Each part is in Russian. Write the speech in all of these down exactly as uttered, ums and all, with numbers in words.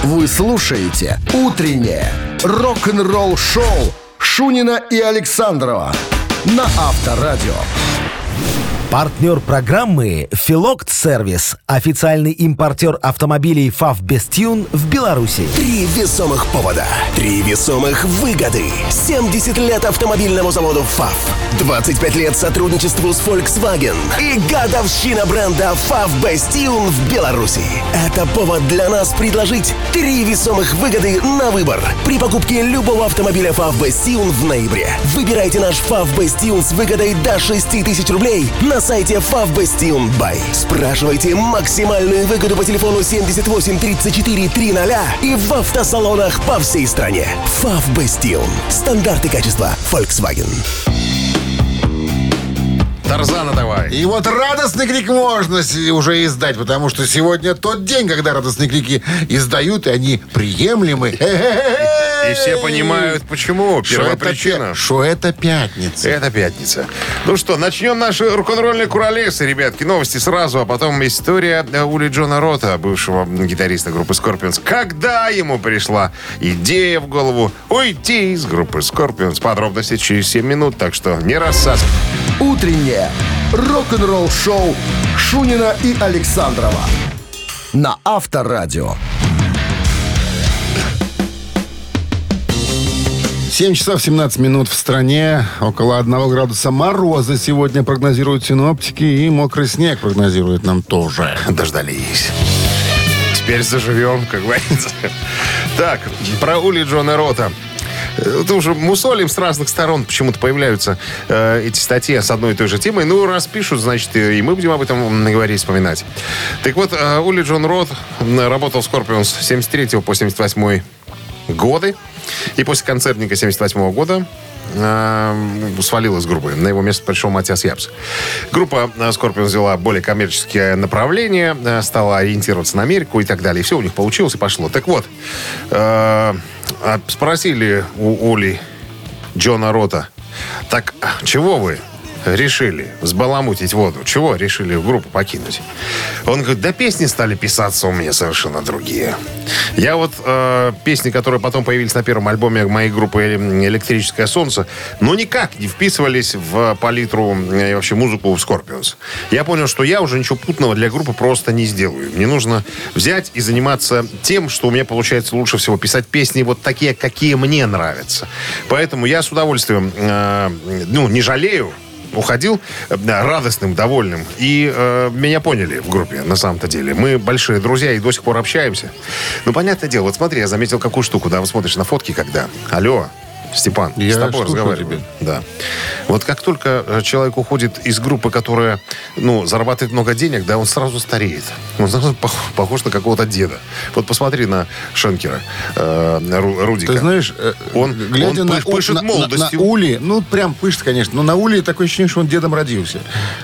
Вы слушаете «Утреннее рок-н-ролл-шоу» Шунина и Александрова на Авторадио. Партнер программы «Филокт-сервис», официальный импортер автомобилей ФАВ «Бестюн» в Беларуси. Три весомых повода, три весомых выгоды. семьдесят лет автомобильному заводу ФАВ, двадцать пять лет сотрудничеству с Volkswagen и годовщина бренда ФАВ «Бестюн» в Беларуси. Это повод для нас предложить три весомых выгоды на выбор при покупке любого автомобиля ФАВ «Бестюн» в ноябре. Выбирайте наш ФАВ «Бестюн» с выгодой до шесть тысяч рублей на сайте ФАВ Бестюн Бай. Спрашивайте максимальную выгоду по телефону семьдесят восемь тридцать четыре триста и в автосалонах по всей стране. ФАВ Бестюн. Стандарты качества Volkswagen. Тарзана давай. И вот радостный крик можно уже издать, потому что сегодня тот день, когда радостные крики издают, и они приемлемы. И все понимают, почему. Первая причина. Что это пятница. Это пятница. Ну что, начнем наши рок-н-ролльные куролесы, ребятки. Новости сразу, а потом история Ули Джона Рота, бывшего гитариста группы Scorpions. Когда ему пришла идея в голову уйти из группы Scorpions. Подробности через семь минут, так что не рассасывай. Утреннее рок-н-ролл-шоу Шунина и Александрова на Авторадио. семь часов семнадцать минут в стране. Около одного градуса мороза сегодня прогнозируют синоптики. И мокрый снег прогнозируют нам тоже. Дождались. Теперь заживем, как говорится. Так, про Ули Джона Рота. Это уже мусолим с разных сторон. Почему-то появляются э, эти статьи с одной и той же темой. Ну, раз пишут, значит, и мы будем об этом говорить, вспоминать. Так вот, э, Ули Джон Рот работал в Scorpions с семьдесят третьего по семьдесят восьмой годы. И после концертника семьдесят восьмого года э, свалил из группы. На его место пришел Матиас Япс. Группа Scorpions взяла более коммерческое направление, э, стала ориентироваться на Америку и так далее. И все у них получилось и пошло. Так вот, э, спросили у Ули Джона Рота: так чего вы решили взбаламутить воду? Чего решили группу покинуть? Он говорит: да песни стали писаться у меня совершенно другие. Я вот э, песни, которые потом появились на первом альбоме моей группы «Электрическое солнце», ну никак не вписывались в палитру и вообще музыку в Scorpions. Я понял, что я уже ничего путного для группы просто не сделаю. Мне нужно взять и заниматься тем, что у меня получается лучше всего: писать песни вот такие, какие мне нравятся. Поэтому я с удовольствием, э, ну, не жалею, уходил радостным, довольным. И э, меня поняли в группе, на самом-то деле. Мы большие друзья и до сих пор общаемся. Ну, понятное дело, вот смотри, я заметил какую штуку, да, вы смотришь на фотки, когда: алло, Степан, я с тобой разговариваю. Тебе. Да. Вот как только человек уходит из группы, которая, ну, зарабатывает много денег, да, он сразу стареет. Он сразу пох- похож на какого-то деда. Вот посмотри на Шенкера, э, Ру- Рудика. Ты знаешь, он, глядя он на, пыш- пышет на, молодостью. на, на Ули, ну, прям пышет, конечно, но на Ули такое ощущение, что он дедом родился.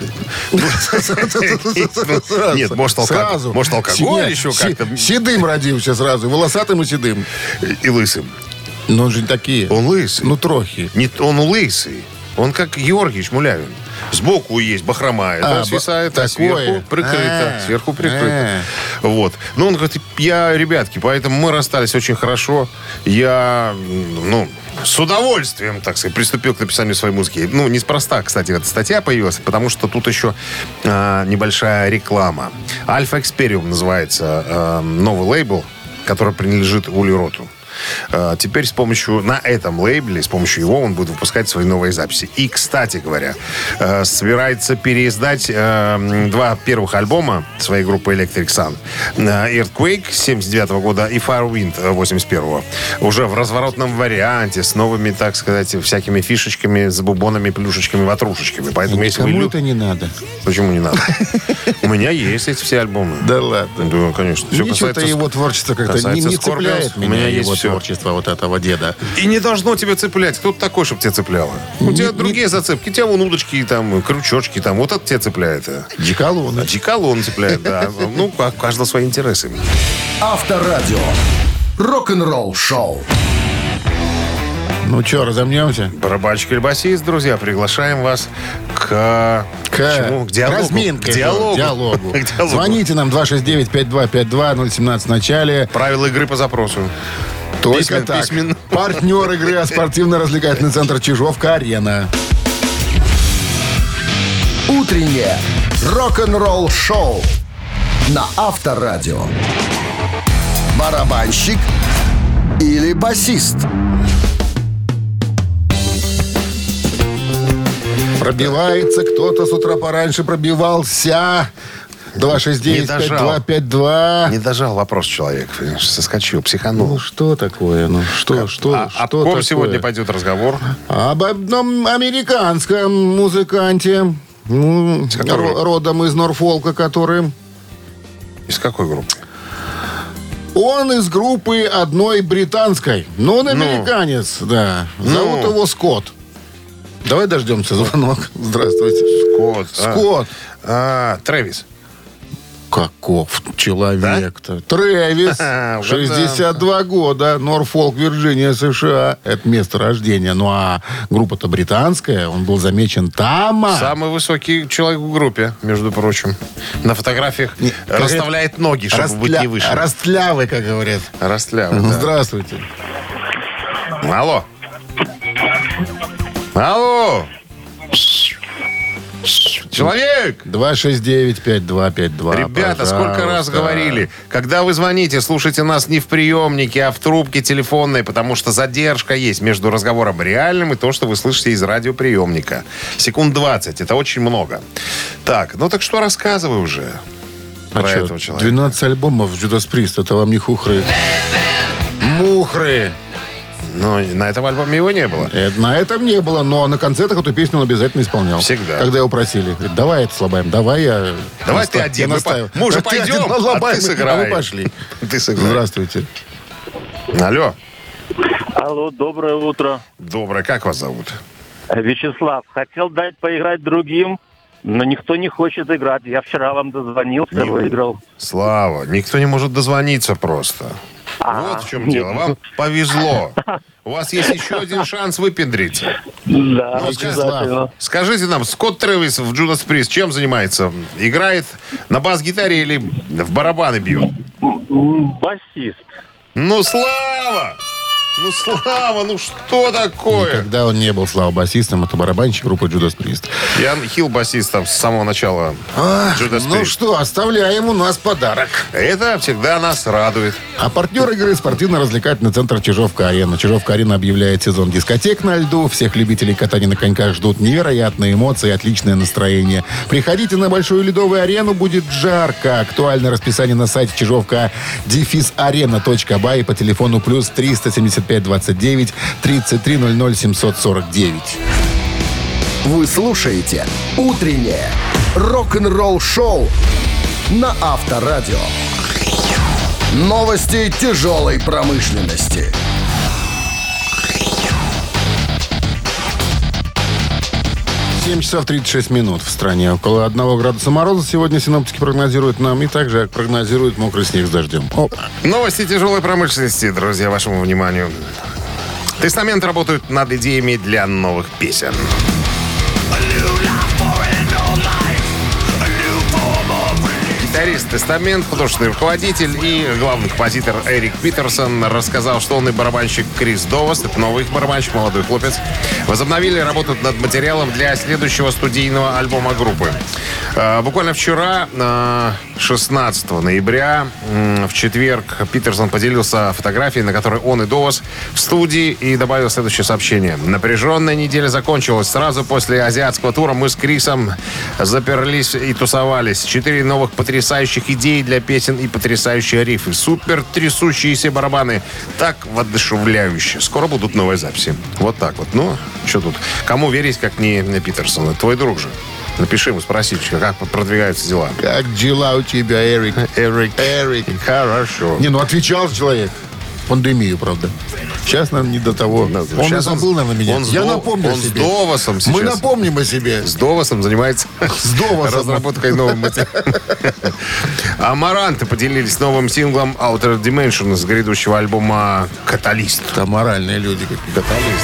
Нет, может, алкоголь еще как-то. Седым родился сразу, волосатым и седым. И лысым. Но он же не такие. Он лысый. Ну, трохи. Не, он лысый. Он как Георгиевич Мулявин. Сбоку есть бахрома, это А, свисает, б- а сверху такое? прикрыто. А, Сверху прикрыто. а. Вот. Ну, он говорит: я, ребятки, поэтому мы расстались очень хорошо. Я, ну, с удовольствием, так сказать, приступил к написанию своей музыки. Ну, неспроста, кстати, эта статья появилась, потому что тут еще а, небольшая реклама. Альфа Экспериум называется а, новый лейбл, который принадлежит Ули Роту. Теперь с помощью, на этом лейбле, с помощью его он будет выпускать свои новые записи. И, кстати говоря, собирается переиздать два первых альбома своей группы Electric Sun. Earthquake семьдесят девятого года и Firewind восемьдесят первого. Уже в разворотном варианте, с новыми, так сказать, всякими фишечками, с бубонами, плюшечками, ватрушечками. Поэтому, если вы... Кому это не надо? Почему не надо? У меня есть эти все альбомы. Да ладно. Да, конечно. Ничего-то его творчество как-то не цепляет меня. У меня есть все. Творчество вот этого деда. И не должно тебя цеплять. Кто-то такой, чтобы тебя цепляло. У тебя другие зацепки. У тебя вон удочки, там, крючочки, там. Вот это тебя цепляет. Диколон. А диколон цепляет, да. Ну, у каждого свои интересы. Авторадио. Рок-н-ролл шоу. Ну что, разомнемся? Барабанщик или басист, друзья, приглашаем вас к... К, чему? К диалогу. разминке. К диалогу. диалогу. К диалогу. Звоните нам два шесть девять пять два пять два ноль семнадцать в начале. Правила игры по запросу. Только Письмен, так. письмен. Партнер игры спортивно-развлекательный центр Чижовка-Арена. Утреннее рок-н-ролл-шоу на Авторадио. Барабанщик или басист? Пробивается кто-то с утра пораньше пробивался. два шесть девять пять два пять два. Не дожал вопрос человек. Понимаешь, соскочил, психанул. Ну что такое? Ну что, что, а, что о ком такое? сегодня пойдет разговор? Об одном американском музыканте, ну, ро- родом из Норфолка, который... Из какой группы? Он из группы одной британской. Но он американец, да. Зовут Ну. его Скотт. Давай дождемся звонок. Здравствуйте. Скотт. а. Скотт. А, Трэвис. Каков человек-то? Трэвис, Ага, шестьдесят два года, Норфолк, Вирджиния, США. Это место рождения. Ну, а группа-то британская, он был замечен там. Самый высокий человек в группе, между прочим. На фотографиях как расставляет ноги, чтобы быть Растля- не выше. Растлявый, как говорят. Растлявый, да. Здравствуйте. Алло. Алло. Человек! два шесть девять пять два пять два. Ребята, сколько раз пожалуйста. говорили, когда вы звоните, слушайте нас не в приемнике, а в трубке телефонной, потому что задержка есть между разговором реальным и то, что вы слышите из радиоприемника. Секунд двадцать, это очень много. Так, ну так что рассказывай уже А про что, этого человека. двенадцать альбомов Judas Priest, это вам не хухры. Мухры. Но на этом альбоме его не было. Это, на этом не было, но на концертах эту песню он обязательно исполнял. Всегда. Когда его просили. Говорит, давай это слабаем, давай я... Давай наста- ты один, я мы, по- настаиваю. мы уже Да ты пойдем, один, а лобаем, ты мы- сыграй. а мы пошли. Ты сыграй. Здравствуйте. Алло. Алло, доброе утро. Доброе, как вас зовут? Вячеслав, хотел дать поиграть другим, но никто не хочет играть. Я вчера вам дозвонился, Не- выиграл. Слава, никто не может дозвониться просто. А, Вот в чем нет. дело. Вам повезло. У вас есть еще один шанс выпендриться. Да, Ну, обязательно. Скажите нам, Скотт Трэвис в Judas Priest чем занимается? Играет на бас-гитаре или в барабаны бьет? М, Басист. Ну, Слава! Ну, Слава, ну что такое? Когда он не был, Слава, басистом, это барабанщик группы Judas Priest. Я хил басист там с самого начала Judas Ну Priest. что, оставляем у нас подарок. Это всегда нас радует. А партнер игры спортивно-развлекательный центр Чижовка-Арена. Чижовка-Арена объявляет сезон дискотек на льду. Всех любителей катания на коньках ждут невероятные эмоции и отличное настроение. Приходите на Большую ледовую арену, будет жарко. Актуальное расписание на сайте чижовка арена точка бай и по телефону плюс триста семьдесят пять двадцать девять тридцать три ноль ноль семьсот сорок девять. Вы слушаете «Утреннее рок-н-ролл-шоу» на Авторадио. Новости тяжелой промышленности. семь часов тридцать шесть минут в стране. Около одного градуса мороза сегодня синоптики прогнозируют нам. И также прогнозируют мокрый снег с дождем. О, Новости тяжелой промышленности, друзья, вашему вниманию. Тестамент работают над идеями для новых песен. Гитарист Тестамент, художественный руководитель и главный композитор Эрик Питерсон рассказал, что он и барабанщик Крис Довас, это новый их барабанщик, молодой хлопец, возобновили работу над материалом для следующего студийного альбома группы. Э, Буквально вчера, э, шестнадцатого ноября, м, в четверг, Питерсон поделился фотографией, на которой он и Довас в студии, и добавил следующее сообщение. Напряженная неделя закончилась. Сразу после азиатского тура мы с Крисом заперлись и тусовались. Четыре новых потрясающих идей для песен и потрясающие рифы. Супер трясущиеся барабаны. Так воодушевляюще. Скоро будут новые записи. Вот так вот. Ну, что тут? Кому верить, как не Питерсону? Твой друг же. Напиши ему, спроси, как продвигаются дела. как дела у тебя, Эрик? Эрик. Эрик. Хорошо. Не, ну отвечал же человек. Пандемию, правда. Сейчас, наверное, не до того. Ну, Он сейчас он- забыл, наверное, меня. он с Я До- напомню он с себе. Довосом сейчас. Мы напомним о себе. С Довосом занимается С Довосом. разработкой нового материала. Амаранты поделились новым синглом Outer Dimension с грядущего альбома «Каталист». Там моральные люди. Как «Каталист».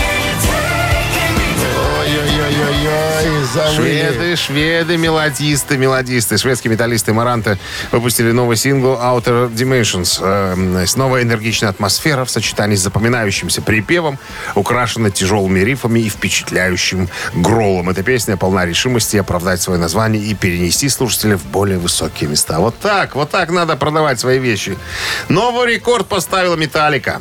Ой-ой-ой-ой-ой, завыли. Шведы, шведы, мелодисты, мелодисты. Шведские металлисты Маранты выпустили новый сингл Outer Dimensions. Э, снова энергичная атмосфера в сочетании с запоминающимся припевом, украшена тяжелыми рифами и впечатляющим гролом. Эта песня полна решимости оправдать свое название и перенести слушателя в более высокие места. Вот так, вот так надо продавать свои вещи. Новый рекорд поставила Металлика.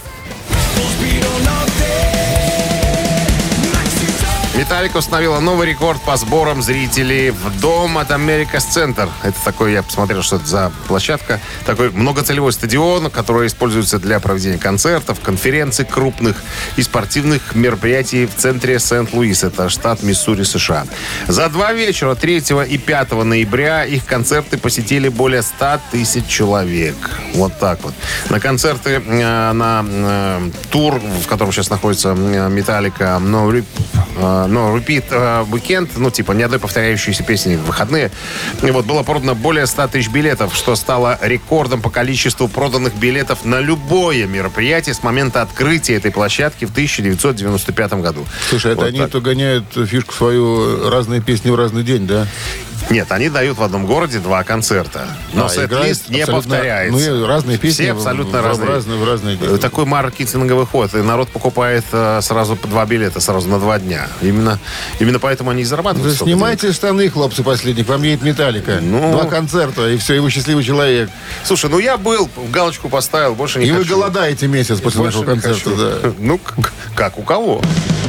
Металлика установила новый рекорд по сборам зрителей в дом от America's Center. Это такой, я посмотрел, что это за площадка. Такой многоцелевой стадион, который используется для проведения концертов, конференций крупных и спортивных мероприятий в центре Сент-Луис. Это штат Миссури, США. За два вечера, третьего и пятого ноября, их концерты посетили более ста тысяч человек. Вот так вот. На концерты, э, на э, тур, в котором сейчас находится Металлика, No Rip, э, No Repeat э, Weekend, ну, типа, ни одной повторяющейся песни в выходные. И вот было продано более ста тысяч билетов, что стало рекордом по количеству проданных билетов на любое мероприятие с момента открытия этой площадки в тысяча девятьсот девяносто пятом году. Слушай, это Вот они так. то гоняют фишку свою, разные песни в разный день, да? Нет, они дают в одном городе два концерта. Но А, сет-лист играет не абсолютно- повторяется. Ну, и разные песни Все в- абсолютно в, разные. В разные, в разные дни. Такой маркетинговый ход. И народ покупает э, сразу по два билета, сразу на два дня. Именно, именно поэтому они и зарабатывают. Вы столько снимайте штаны, хлопцы, последних. Вам едет Металлика. Ну. Два концерта, и все, и вы счастливый человек. денег. Слушай, ну я был, галочку поставил, больше не и хочу. вы голодаете месяц после Больше нашего не концерта. хочу. Да. Ну, как, как у кого?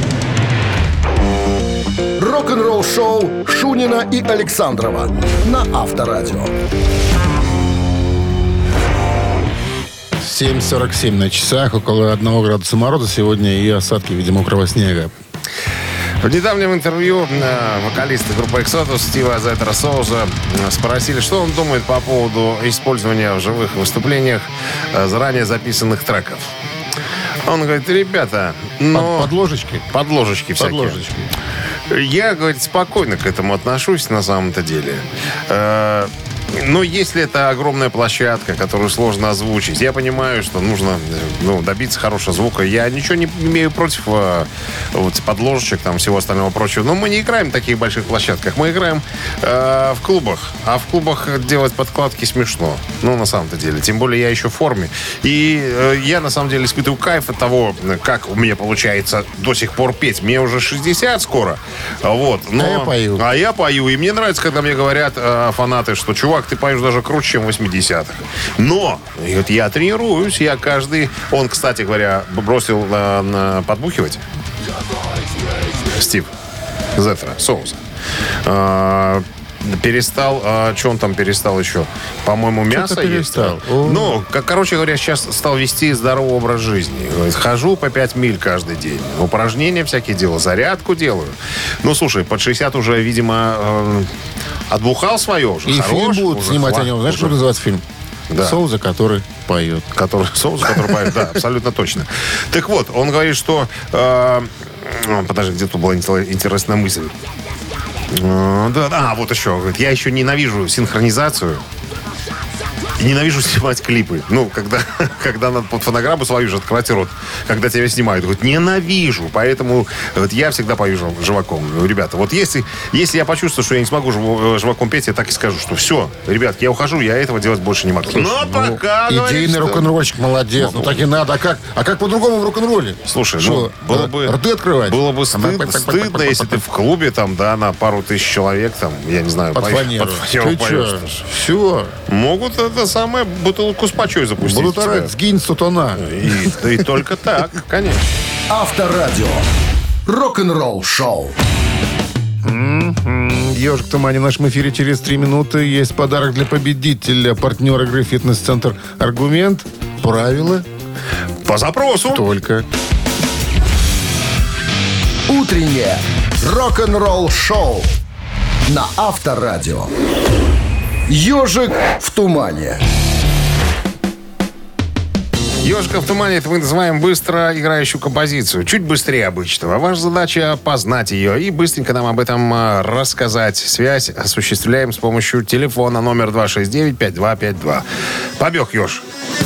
Рок-н-ролл-шоу Шунина и Александрова на Авторадио. семь сорок семь на часах, около одного градуса мороза сегодня и осадки в виде мокрого снега. В недавнем интервью э, вокалиста группы Exodus Стива Азетера Соуза э, спросили, что он думает по поводу использования в живых выступлениях э, заранее записанных треков. Он говорит, ребята, ну... Под, подложечки? Подложечки всякие. Подложечки. Я, говорит, спокойно к этому отношусь на самом-то деле. Э, Но если это огромная площадка, которую сложно озвучить, я понимаю, что нужно ну, добиться хорошего звука. Я ничего не имею против э, вот, подложечек, там, всего остального прочего. Но мы не играем на таких больших площадках. Мы играем э, в клубах. А в клубах делать подкладки смешно. Ну, на самом-то деле. Тем более я еще в форме. И э, я, на самом деле, испытываю кайф от того, как у меня получается до сих пор петь. Мне уже шестьдесят скоро. Вот. Но, а я пою. А я пою. И мне нравится, когда мне говорят э, фанаты, что, чувак, ты поешь даже круче, чем в восьмидесятых. Но и вот я тренируюсь, я каждый... Он, кстати говоря, бросил на, на подбухивать. Стив Зетера, Соуза. А, перестал... А, что он там перестал еще? По-моему, мясо Что-то есть. перестал. О. Ну, как, короче говоря, сейчас стал вести здоровый образ жизни. Говорит, хожу по пять миль каждый день. Упражнения всякие делаю, зарядку делаю. Ну, слушай, под шестьдесят уже, видимо, э, отбухал свое уже. И Хорош, фильм будут уже снимать хва- о нем. Знаешь, уже. как называется фильм? Да. Соуза, который поет. Который, соус, который поет, да, абсолютно точно. Так вот, он говорит, что... Э, подожди, где тут была интересная мысль. Э, да, а, вот еще. Говорит, я еще ненавижу синхронизацию. И ненавижу снимать клипы. Ну, когда, когда надо под фонограмму свою же открывать рот, когда тебя снимают. Говорит, ненавижу. Поэтому вот, я всегда пою жив- живаком. Говорю, ребята, вот если, если я почувствую, что я не смогу жив- живаком петь, я так и скажу, что все, ребят, я ухожу, я этого делать больше не могу. Но пока, говорит, Идейный что- рок-н-ролльщик, молодец. Ну, так и надо. А как, а как по-другому в рок-н-ролле? Слушай, Что, ну, было э, бы... рты открывать? Было бы стыд- стыдно, если ты в клубе, там, да, на пару тысяч человек, там, я не знаю, Под поешь- фанеру. под фанеру Ты поешь. что? Все. Могут это самое бутылку с пачой запустить. Будут в тебя. орать, сгинь, сатана. И, да и только так, конечно. Авторадио. Рок-н-ролл шоу. Ежик в тумане в нашем эфире через три минуты. Есть подарок для победителя. Партнер игры «Фитнес-центр Аргумент». Правила По запросу. только. Утреннее рок-н-ролл шоу на Авторадио. Ежик в тумане. «Ежика в тумане» — это мы называем быстро играющую композицию. Чуть быстрее обычного. Ваша задача — познать ее и быстренько нам об этом а, рассказать. Связь осуществляем с помощью телефона номер два шесть девять пять два пять два. Побег, «Еж».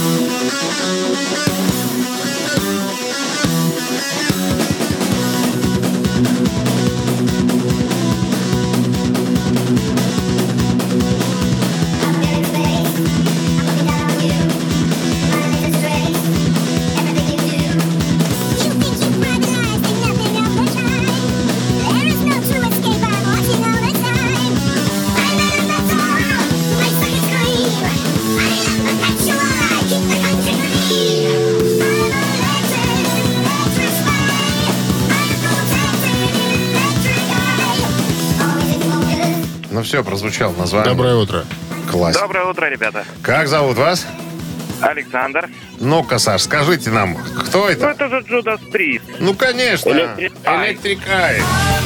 Ну все, прозвучало название. Доброе утро. Класс. Доброе утро, ребята. Как зовут вас? Александр. Ну-ка, Саш, скажите нам, кто Ну, это? это же Judas Priest. Ну, конечно. Electric Eye. Electric Eye.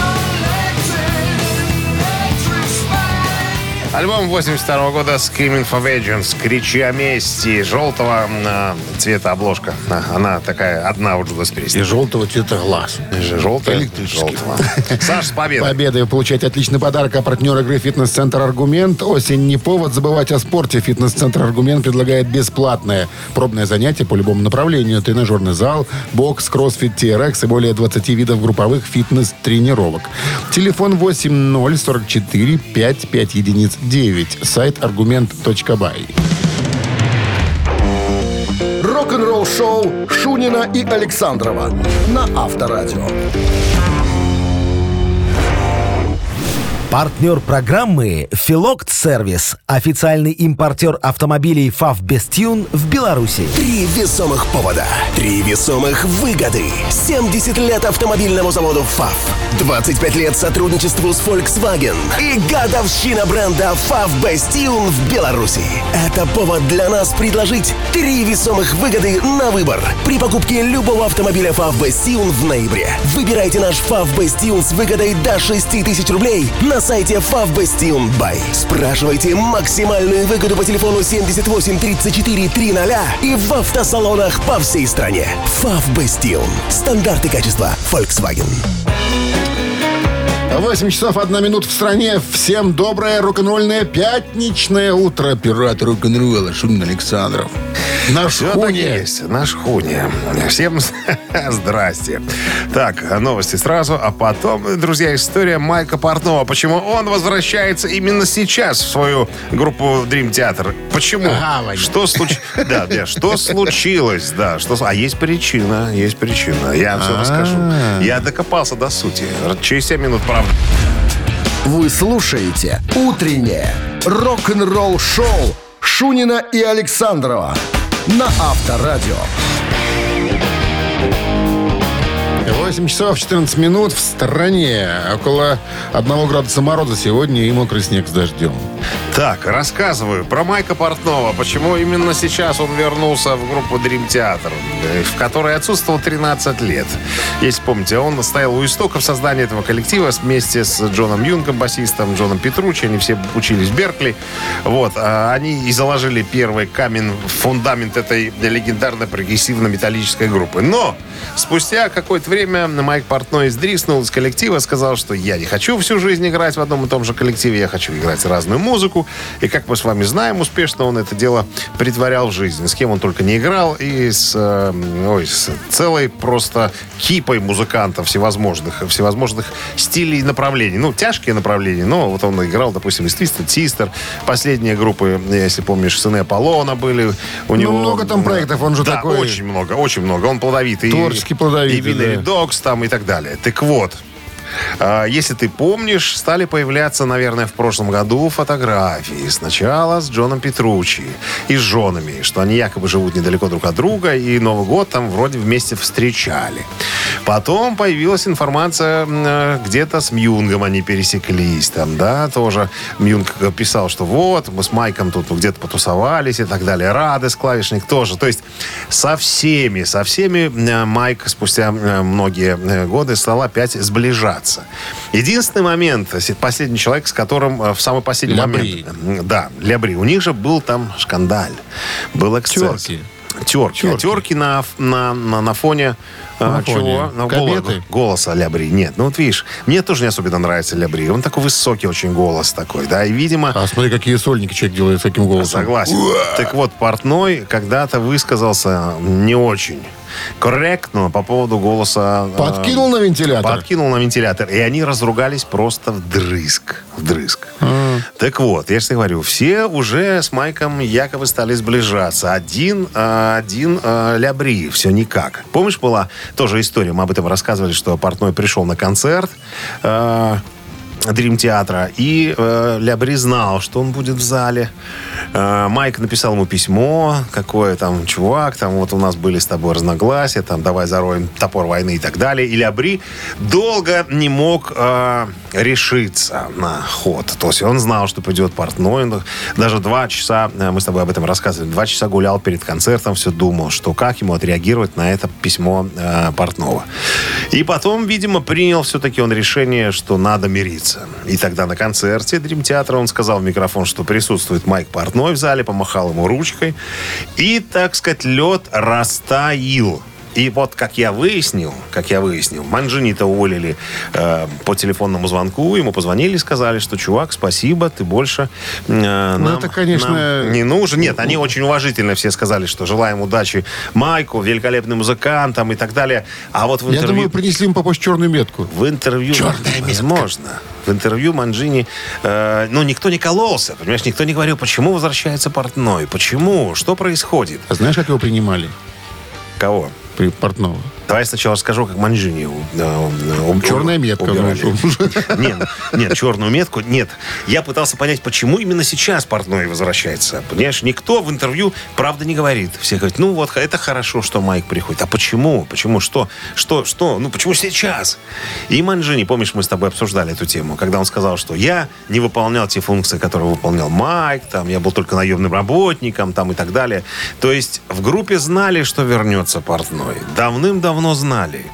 Альбом восемьдесят второго года «Screaming for Vengeance», «Кричи о мести», желтого э, цвета обложка. А, она такая одна у Judas Priest. И желтого цвета глаз. Желтая? Электрический. Желтого. Саш, с победой. Победы. Вы получаете отличный подарок. А партнер игры «Фитнес-центр Аргумент». Осень не повод забывать о спорте. «Фитнес-центр Аргумент» предлагает бесплатное пробное занятие по любому направлению. Тренажерный зал, бокс, кроссфит, ти эр экс и более двадцати видов групповых фитнес-тренировок. Телефон восемь ноль сорок четыре пять пять единиц девять. Сайт аргумент точка бай. Рок-н-ролл-шоу Шунина и Александрова на Авторадио. Партнер программы «Филокт Сервис». Официальный импортер автомобилей ФАВ «Бестюн» в Беларуси. Три весомых повода. Три весомых выгоды. семьдесят лет автомобильному заводу ФАВ. двадцать пять лет сотрудничеству с Volkswagen. И годовщина бренда ФАВ «Бестюн» в Беларуси. Это повод для нас предложить три весомых выгоды на выбор. При покупке любого автомобиля ФАВ «Бестюн» в ноябре. Выбирайте наш ФАВ «Бестюн» с выгодой до шесть тысяч рублей на сайте фав бестюн бай. Спрашивайте максимальную выгоду по телефону семьдесят восемь тридцать четыре триста и в автосалонах по всей стране. ФАВ Бестюн. Стандарты качества Volkswagen. восемь часов одна минута в стране. Всем доброе рок-н-ролльное пятничное утро. Пират рок-н-ролла Шунин Александров. Наш Все так и Хуни. есть. Наш Хуни. Всем здрасте. Так, новости сразу, а потом, друзья, история Майка Портнова. Почему он возвращается именно сейчас в свою группу Dream Theater? Почему? Гавань. Что случилось? Да, да, что случилось? Да, что... А есть причина, есть причина. Я все расскажу. Я докопался до сути. Через семь минут, правда. Вы слушаете «Утреннее рок-н-ролл-шоу» Шунина и Александрова на Авторадио. восемь часов четырнадцать минут в стране. Около одного градуса мороза сегодня и мокрый снег с дождем. Так, рассказываю про Майка Портнова. Почему именно сейчас он вернулся в группу Dream Theater, в которой отсутствовал тринадцать лет. Если помните, он стоял у истоков создания этого коллектива вместе с Джоном Юнгом, басистом, Джоном Петруччи. Они все учились в Беркли. Вот. А они и заложили первый камень, фундамент этой легендарной прогрессивно-металлической группы. Но спустя какое-то время Майк Портной сдриснул из коллектива, сказал, что я не хочу всю жизнь играть в одном и том же коллективе, я хочу играть разную музыку. И, как мы с вами знаем, успешно он это дело притворял в жизнь. С кем он только не играл. И с, э, ой, с целой просто кипой музыкантов всевозможных, всевозможных стилей и направлений. Ну, тяжкие направления, но вот он играл, допустим, из Twisted Sister. Последние группы, если помнишь, сыны Аполлона были. У Ну, него много там проектов, он же да, такой... очень много, очень много. Он плодовитый. Творчески плодовитый, И Винери да. Догс там и так далее. Так вот, а, если ты помнишь, стали появляться, наверное, в прошлом году фотографии. Сначала с Джоном Петруччи и с женами, что они якобы живут недалеко друг от друга, и Новый год там вроде вместе встречали. Потом появилась информация, э, где-то с Мьюнгом они пересеклись. Там, да, тоже Мьюнг писал, что вот, мы с Майком тут где-то потусовались и так далее. Радес, клавишник тоже. То есть со всеми, со всеми э, Майк спустя э, многие э, годы стал опять сближаться. Единственный момент, последний человек, с которым э, в самый последний Лябри. момент... э, Да, Лябри. У них же был там шкандаль. Был эксцесс. Терки. терки. А терки на, на, на, на фоне... На а, фоне чего? На кометы? Голоса Ля Бри. Нет, ну вот видишь, мне тоже не особенно нравится Ля Бри. Он такой высокий очень голос такой, да, и, видимо... А смотри, какие сольники человек делает с таким голосом. Согласен. Так вот, портной когда-то высказался не очень корректно по поводу голоса... Подкинул э, на вентилятор? Подкинул на вентилятор. И они разругались просто вдрызг. Вдрызг. А. Так вот, я же тебе говорю, все уже с Майком якобы стали сближаться. Один, э, один э, Ля Бри, все никак. Помнишь, была тоже история, мы об этом рассказывали, что портной пришел на концерт... Э, Дрим-театра. И э, Ля Бри знал, что он будет в зале. Э, Майк написал ему письмо, какое там, чувак, там вот у нас были с тобой разногласия, там давай зароем топор войны и так далее. И Ля Бри долго не мог э, решиться на ход. То есть он знал, что придет портной. Даже два часа, мы с тобой об этом рассказывали, два часа гулял перед концертом, все думал, что как ему отреагировать на это письмо э, портного. И потом, видимо, принял все-таки он решение, что надо мириться. И тогда на концерте Дрим-театра он сказал в микрофон, что присутствует Майк Портной в зале, помахал ему ручкой. И, так сказать, лед растаял. И вот, как я выяснил, как я выяснил, Манджини-то уволили э, по телефонному звонку, ему позвонили и сказали, что, чувак, спасибо, ты больше э, нам, ну, это, конечно... нам не нужен. Нет, они очень уважительно все сказали, что желаем удачи Майку, великолепным музыкантам и так далее. А вот в интервью... Я думаю, принесли ему попасть черную метку. В интервью... Черная метка. Возможно. В интервью Манджини... Э, ну, никто не кололся, понимаешь, никто не говорил, почему возвращается Портной, почему, что происходит. А знаешь, как его принимали? Кого? При Портного. Давай сначала расскажу, как Манджини убирали. Черная метка. Нет, нет, черную метку. Нет. Я пытался понять, почему именно сейчас Портной возвращается. Понимаешь, никто в интервью правда не говорит. Все говорят, ну вот, это хорошо, что Майк приходит. А почему? Почему? Что? Что? Что? Ну, почему сейчас? И Манджини, помнишь, мы с тобой обсуждали эту тему, когда он сказал, что я не выполнял те функции, которые выполнял Майк, там, я был только наемным работником, там, и так далее. То есть в группе знали, что вернется Портной. Давным-давно давно знали.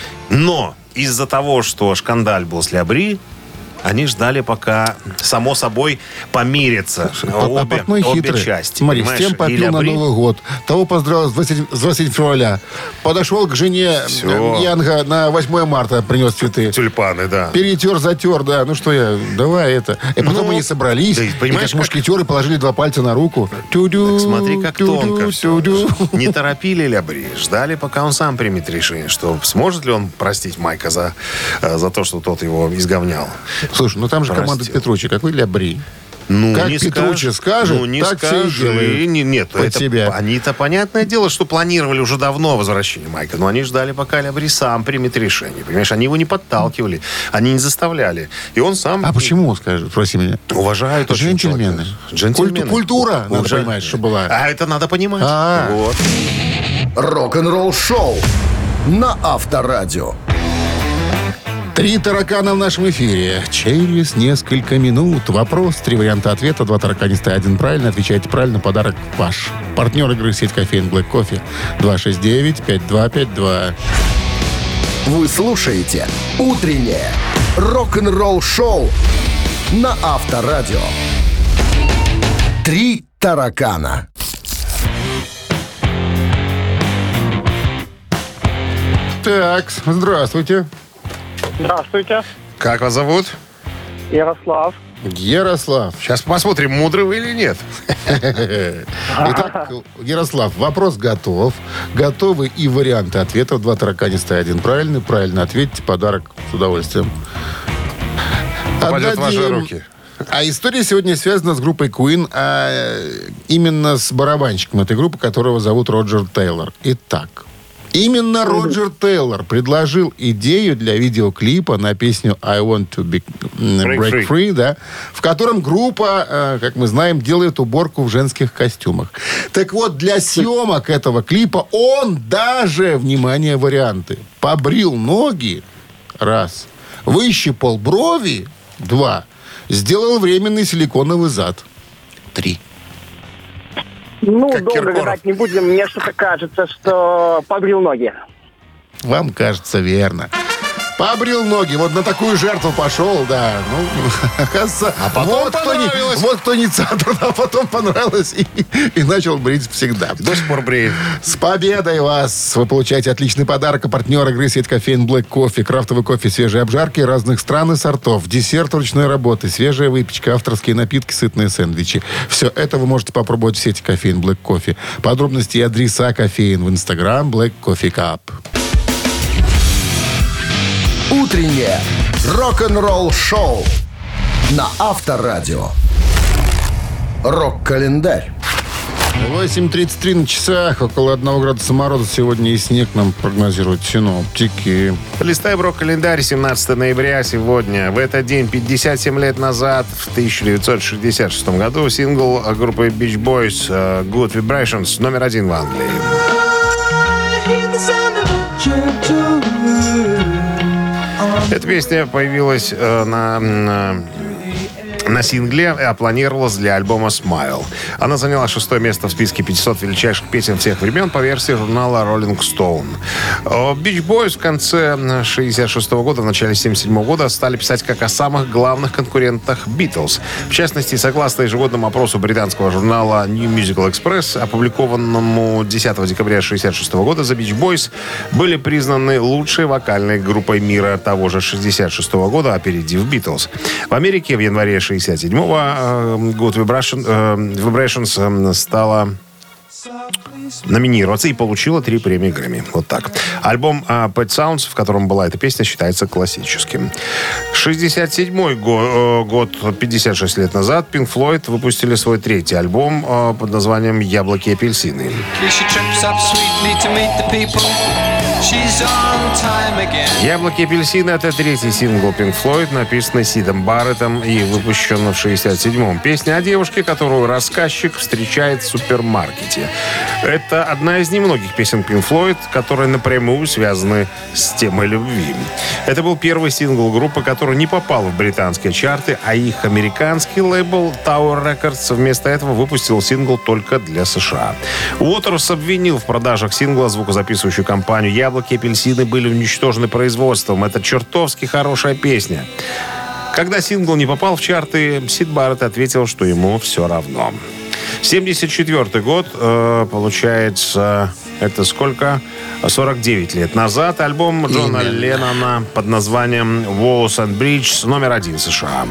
Но из-за того, что шкандаль был с Ля Бри, они ждали, пока, само собой, помирятся обе, обе обе части. Смотри, с тем попил на Новый год. Того поздравил с двадцатым февраля. Подошел к жене Все. Янга на восьмое марта, принес цветы. Тюльпаны, да. Перетер, затер, да. Ну что я, давай это. И потом ну, они собрались, да, и понимаешь, как мушкетеры положили два пальца на руку. Тю-дю, Так смотри, как тю-дю, тонко. тю-дю. Не торопили Ля Бри. Ждали, пока он сам примет решение, что сможет ли он простить Майка за, за то, что тот его изговнял. Слушай, ну там же Простил. команда Петруччи. Какой Ля Бри? Ну, как не Петруччи скажешь, скажет, ну, не так скажи. все и делают. Не, нет, под это, себя. Они-то, понятное дело, что планировали уже давно возвращение Майка, но они ждали, пока Ля Бри сам примет решение. Понимаешь, они его не подталкивали, они не заставляли. И он сам... А почему, скажи, спроси меня? Уважают очень Джентльмены. человека. Джентльмены. Культу- культура, надо Уже- понимать, что была. А это надо понимать. А. Вот. Рок-н-ролл шоу на Авторадио. Три таракана в нашем эфире. Через несколько минут. Вопрос, три варианта ответа, два тараканиста, один правильно. Отвечаете правильно, подарок ваш. Партнер игры сеть кофеин Black Coffee. два шесть девять пять два пять два. Вы слушаете «Утреннее рок-н-ролл шоу» на Авторадио. Три таракана. Так, здравствуйте. Здравствуйте, Как вас зовут? Ярослав. Ярослав. Сейчас посмотрим, мудрый вы или нет. Итак, Ярослав, вопрос готов. Готовы и варианты ответов. Два тараканиста, один правильный. Правильно ответьте, подарок с удовольствием. Попадет в ваши Отдадим. руки. А история сегодня связана с группой Queen, а именно с барабанщиком этой группы, которого зовут Роджер Тейлор. Итак, именно Роджер Тейлор предложил идею для видеоклипа на песню «I want to be, break, break free», free да, в котором группа, как мы знаем, делает уборку в женских костюмах. Так вот, для съемок этого клипа он даже, внимание, варианты, побрил ноги, раз, выщипал брови, два, сделал временный силиконовый зад, три. Ну, Как долго Киркоров. гадать не будем. Мне что-то кажется, что побрил ноги. Вам кажется верно. Побрил ноги, вот на такую жертву пошел, да. Ну, оказывается, А потом вот, кто не, понравилось. вот кто инициатор, а потом понравилось и, и начал брить всегда. До сих пор бреет. С победой вас! Вы получаете отличный подарок. А партнер игры сеть кофеин Black Coffee. Крафтовый кофе, свежие обжарки разных стран и сортов. Десерт ручной работы, свежая выпечка, авторские напитки, сытные сэндвичи. Все это вы можете попробовать в сети кофеин Black Coffee. Подробности и адреса кофеин в Instagram Black Coffee Cup. Утреннее рок-н-ролл-шоу на Авторадио. Рок-календарь. восемь тридцать три на часах. Около одного градуса мороза сегодня и снег нам прогнозируют синоптики. Листай рок-календарь, семнадцатого ноября сегодня. В этот день, пятьдесят семь лет назад, в тысяча девятьсот шестьдесят шестом году, сингл группы Beach Boys «Good Vibrations» номер один в Англии. Эта песня появилась э, на, на, на сингле, а планировалась для альбома «Smile». Она заняла шестое место в списке пятисот величайших песен всех времен по версии журнала Rolling Stone. Beach Boys в конце шестьдесят шестого года, в начале семьдесят седьмого года стали писать как о самых главных конкурентах Beatles. В частности, согласно ежегодному опросу британского журнала New Musical Express, опубликованному десятого декабря шестьдесят шестого года, The Beach Boys были признаны лучшей вокальной группой мира того же шестьдесят шестого года, опередив Beatles. В Америке в январе шестьдесят седьмого Good Vibration, э, Vibrations э, стала номинироваться и получила три премии Грэмми. Вот так. Альбом э, Pet Sounds, в котором была эта песня, считается классическим. шестьдесят седьмой го- э, год, пятьдесят шесть лет назад, Pink Floyd выпустили свой третий альбом э, под названием «Яблоки и апельсины». «Яблоки и апельсины» — это третий сингл Pink Floyd, написанный Сидом Барреттом и выпущенный в шестьдесят седьмом. Песня о девушке, которую рассказчик встречает в супермаркете. Это одна из немногих песен Pink Floyd, которые напрямую связаны с темой любви. Это был первый сингл группы, который не попал в британские чарты, а их американский лейбл Tower Records вместо этого выпустил сингл только для США. Уотерс обвинил в продажах сингла звукозаписывающую компанию «Яблоки и апельсины» были уничтожены производством. Это чертовски хорошая песня. Когда сингл не попал в чарты, Сид Барретт ответил, что ему все равно. семьдесят четвёртый год, э, получается, это сколько? сорок девять лет назад. Альбом Джона Именно. Леннона под названием «Walls and Bridges» номер один США.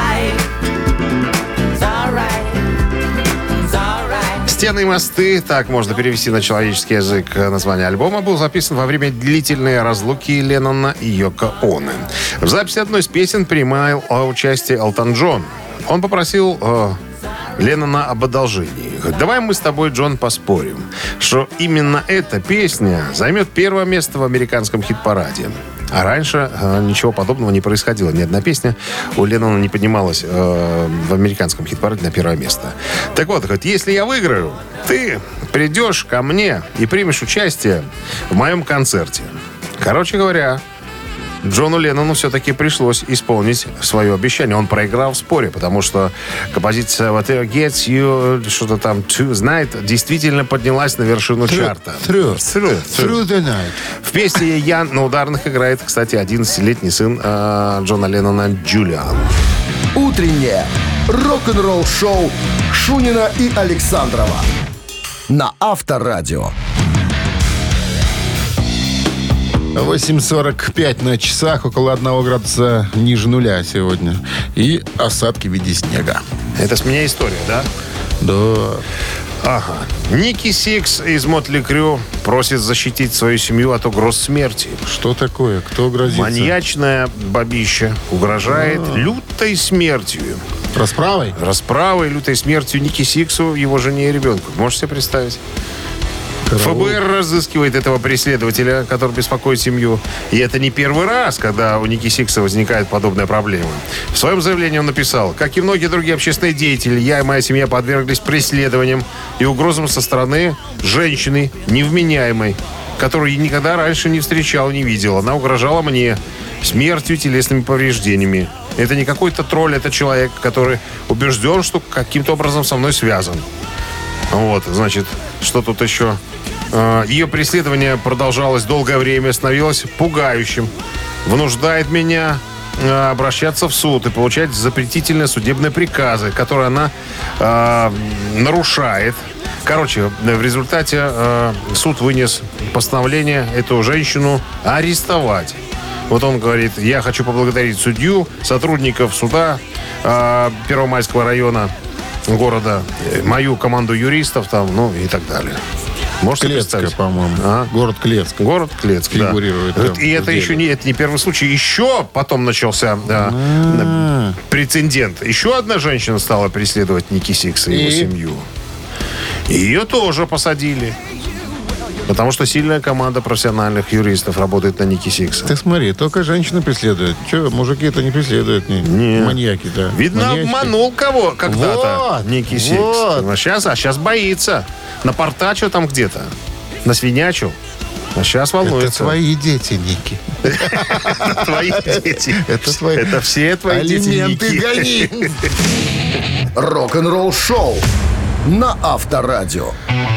«Стены и мосты», так можно перевести на человеческий язык название альбома, был записан во время длительной разлуки Леннона и Йоко Оно. В записи одной из песен принимал участие Элтон Джон. Он попросил э, Леннона об одолжении. Говорит: давай мы с тобой, Джон, поспорим, что именно эта песня займет первое место в американском хит-параде. А раньше э, ничего подобного не происходило. Ни одна песня у Леннона не поднималась э, в американском хит-параде на первое место. Так вот, говорит, если я выиграю, ты придешь ко мне и примешь участие в моем концерте. Короче говоря, Джону Леннону все-таки пришлось исполнить свое обещание. Он проиграл в споре, потому что композиция «Whatever Gets You», что-то там «Tonight» действительно поднялась на вершину чарта. Through. Through. Through the night. В песне «Ян» на ударных играет, кстати, одиннадцатилетний сын э, Джона Леннона Джулиан. Утреннее рок-н-ролл-шоу Шунина и Александрова на Авторадио. восемь сорок пять на часах, около одного градуса ниже нуля сегодня. И осадки в виде снега. Это с меня история, да? Да. Ага. Ники Сикс из Мотли Крю просит защитить свою семью от угроз смерти. Что такое? Кто грозится? Маньячная бабища угрожает А-а-а. лютой смертью. Расправой? Расправой, лютой смертью Ники Сиксу, его жене и ребенку. Можете себе представить? Караул. ФБР разыскивает этого преследователя, который беспокоит семью. И это не первый раз, когда у Ники Сикса возникает подобная проблема. В своем заявлении он написал: как и многие другие общественные деятели, я и моя семья подверглись преследованиям и угрозам со стороны женщины невменяемой, которую я никогда раньше не встречал, не видел. Она угрожала мне смертью, телесными повреждениями. Это не какой-то тролль, это человек, который убежден, что каким-то образом со мной связан. Вот, значит, что тут еще? Ее преследование продолжалось долгое время, становилось пугающим. вынуждает меня э, обращаться в суд и получать запретительные судебные приказы, которые она э, нарушает. Короче, в результате э, суд вынес постановление эту женщину арестовать. Вот он говорит: я хочу поблагодарить судью, сотрудников суда э, Первомайского района города, мою команду юристов там, ну и так далее. Можете Клецка, представить? по-моему. А? Город Клецк. Город Клецк, да. Фигурирует там И это в деле. еще не, это не первый случай. Еще потом начался да, А. прецедент. Еще одна женщина стала преследовать Ники Сикса и его И? семью. Ее тоже посадили. Потому что сильная команда профессиональных юристов работает на Ники Сикса. Ты смотри, только женщины преследуют. Че, мужики-то не преследуют. Не. Не. Маньяки-то. Видно, Маньячки. обманул кого когда-то Вот, Ники Сикс. вот. А сейчас, а сейчас боится. Напортачил там где-то. Насвинячил. А сейчас Это волнуется. твои дети, Ники. Твои дети. Это твои... Это все твои дети, Алименты Ники. гони. Рок-н-ролл шоу на Авторадио.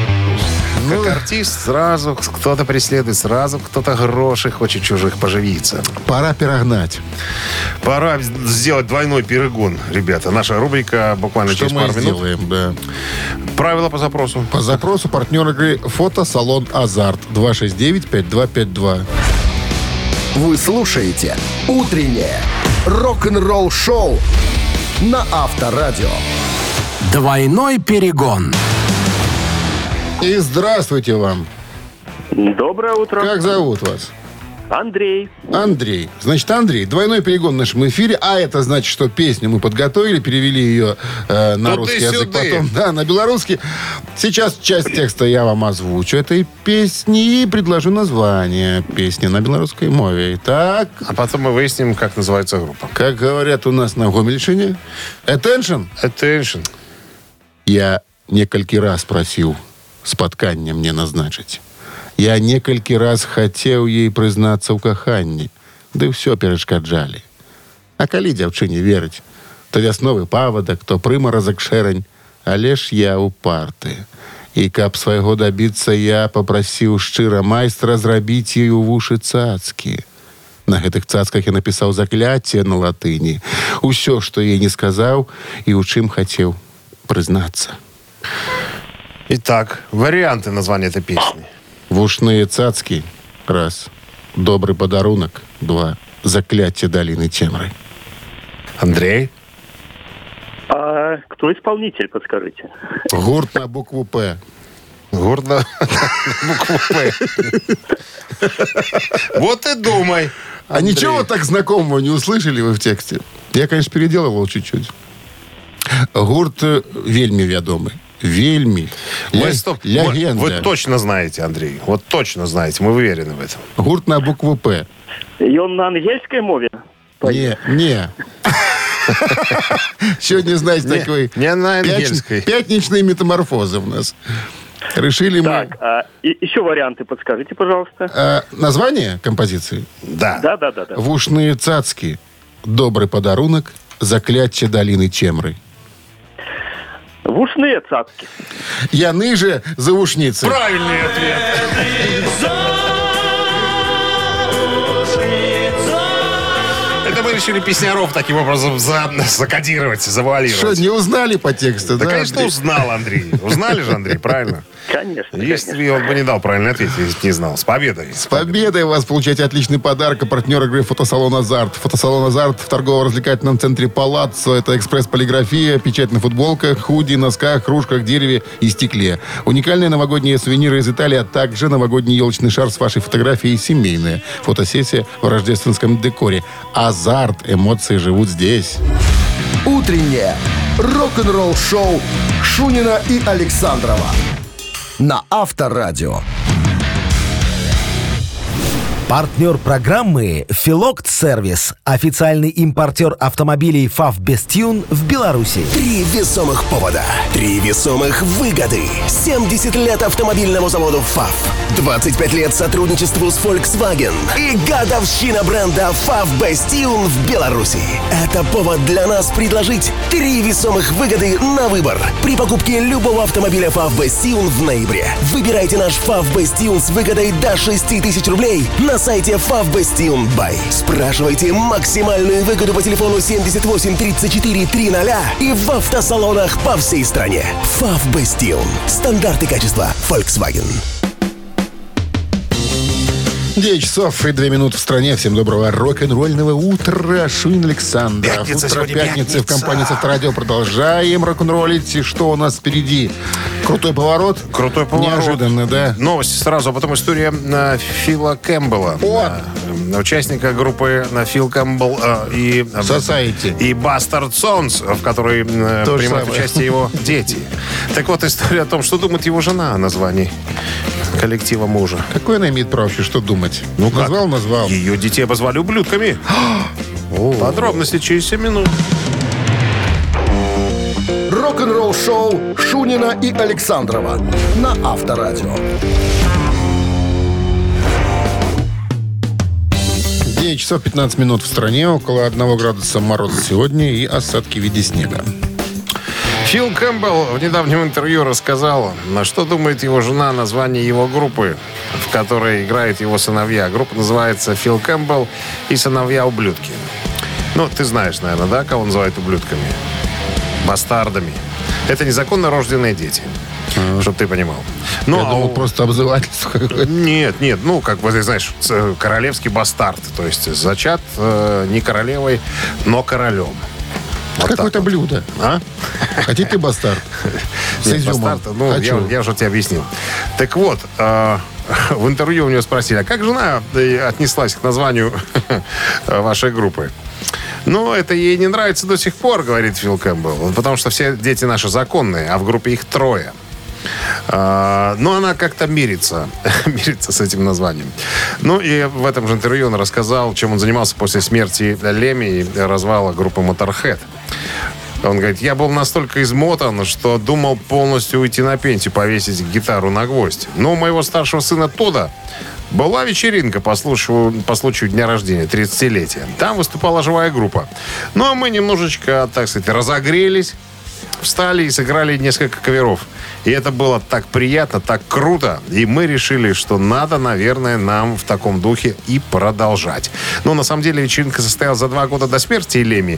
Как артист сразу кто-то преследует, сразу кто-то гроши хочет чужих поживиться. Пора перегнать. Пора сделать двойной перегон, ребята. Наша рубрика буквально Что через мы пару минут. сделаем, да. Правила по запросу. По запросу партнер игры «Фотосалон Азарт». два шесть девять пять два пять два. Вы слушаете «Утреннее рок-н-ролл шоу» на Авторадио. Двойной перегон. И здравствуйте вам. Доброе утро. Как зовут вас? Андрей. Андрей. Значит, Андрей, двойной перегон в нашем эфире. А это значит, что песню мы подготовили, перевели ее э, на русский язык, Туды-сюды. потом да, на белорусский. Сейчас часть текста я вам озвучу этой песни и предложу название песни на белорусской мове. Итак, А потом мы выясним, как называется группа. как говорят у нас на Гомельщине, attention. Attention. Я некалькі раз просіў спатканне мне назначыць. Я некалькі раз хацеў ей прызнацца ў каханні, ды ўсё перашкаджалі. А калі дзяўчыне верыць, то вясновы павадак, то прымаразак шэрань, але ж я упарты. І каб свайго дабіцца, я папрасіў шчыра майстра зрабіць ёй у вушы цацкі. На гэтых цацках я напісаў закляцце на латыні. Усё, што я не сказаў і ў чым хацеў прызнацца. Итак, варианты названия этой песни. Вушные цацки. Раз. Добрый подарунок. Два. Закляття долины темры. Андрей? А кто исполнитель, подскажите? Гурт на букву «П». Гордо букву «П». Вот и думай. А Андрей. ничего так знакомого не услышали вы в тексте? Я, конечно, переделывал чуть-чуть. Гурт э, вельми вядомый. Вельми. Вы, Ля- стоп, вы, легенда. вы точно знаете, Андрей. Вот точно знаете. Мы уверены в этом. Гурт на букву «П». И он на английской мове? Не, не. Сегодня, знаете, Не, такой... не на пятни- ангельской. Пятничные метаморфозы у нас. Решили мы... Так, а, и, еще варианты подскажите, пожалуйста. А, название композиции? Да. Да, да, да, да. Вушные цацки. Добрый подарунок. Закляття долины темры. Вушные цацки. Яны же заушницы. Правильный ответ. Это мы решили песняров таким образом за, закодировать, Что, завуалировать. не узнали по тексту? Да, да, конечно, Андрей? узнал, Андрей. Узнали же, Андрей, правильно? Конечно. Если конечно. он бы не дал правильный ответ, если бы не знал. С победой. С победой вас получаете отличный подарок. А партнер игры «Фотосалон Азарт». «Фотосалон Азарт» в торгово-развлекательном центре «Палаццо». Это экспресс-полиграфия, печать на футболках, худи, носках, кружках, дереве и стекле. Уникальные новогодние сувениры из Италии, а также новогодний елочный шар с вашей фотографией, семейная фотосессия в рождественском декоре. «Азарт». Эмоции живут здесь. Утреннее рок-н-ролл шоу Шунина и Александрова на Авторадио. Партнер программы «Филокт Сервис». Официальный импортер автомобилей «ФАВ Бестюн» в Беларуси. Три весомых повода. Три весомых выгоды. семьдесят лет автомобильному заводу ФАВ. двадцать пять лет сотрудничеству с Volkswagen. И годовщина бренда ФАВ Бестюн в Беларуси. Это повод для нас предложить три весомых выгоды на выбор. При покупке любого автомобиля ФАВ Бестюн в ноябре. Выбирайте наш ФАВ Бестюн с выгодой до шесть тысяч рублей на сайте Favbestion Buy. Спрашивайте максимальную выгоду по телефону семьдесят восемь тридцать четыре триста и в автосалонах по всей стране. Favbestion. Стандарты качества Volkswagen. девять часов и две минуты в стране. Всем доброго рок-н-ролльного утра. Шунин Александров. Пятница Утро сегодня, пятницы пятница. в компании Авторадио. Продолжаем рок-н-роллить. И что у нас впереди? Крутой поворот? Крутой поворот. Неожиданно, да? Новости сразу, а потом история э, Фила Кэмпбелла. О! Э, участника группы э, Фил Кэмпбелл э, и... э, Society. И Bastard Sons, в которой э, То же принимают самое. участие его дети. Так вот, история о том, что думает его жена о названии коллектива мужа. Какое она имеет право вообще что думать? Ну как? Назвал, назвал. Ее детей обозвали ублюдками. Подробности через семь минут. Рок-н-ролл шоу Шунина и Александрова на Авторадио. девять часов пятнадцать минут в стране. Около одного градуса мороза сегодня и осадки в виде снега. Фил Кэмпбелл в недавнем интервью рассказал, на что думает его жена о названии его группы, в которой играют его сыновья. Группа называется «Фил Кэмпбелл и сыновья-ублюдки». Ну, ты знаешь, наверное, да, кого называют ублюдками? Бастардами. Это незаконно рожденные дети, чтобы ты понимал. Ну, Я а думал, у- просто обзывательство какое-то. Нет, нет, ну, как бы, ты знаешь, ц- королевский бастард. То есть зачат э, не королевой, но королем. Вот Какое-то так вот. блюдо. А? Хотите бастард? С Нет, изюмом. бастард, ну, я, Хочу. я уже тебе объяснил. Так вот, э, в интервью у него спросили, а как жена э, отнеслась к названию вашей группы? Ну, это ей не нравится до сих пор, говорит Фил Кэмпбелл, потому что все дети наши законные, а в группе их трое. А, но она как-то мирится, мирится с этим названием. Ну и в этом же интервью он рассказал, чем он занимался после смерти Леми и развала группы Motorhead. Он говорит, я был настолько измотан, что думал полностью уйти на пенсию, повесить гитару на гвоздь. Но у моего старшего сына Тодда была вечеринка по случаю, по случаю дня рождения, тридцатилетия. Там выступала живая группа. Ну, а мы немножечко, так сказать, разогрелись, встали и сыграли несколько каверов. И это было так приятно, так круто. И мы решили, что надо, наверное, нам в таком духе и продолжать. Но на самом деле вечеринка состоялась за два года до смерти Леми.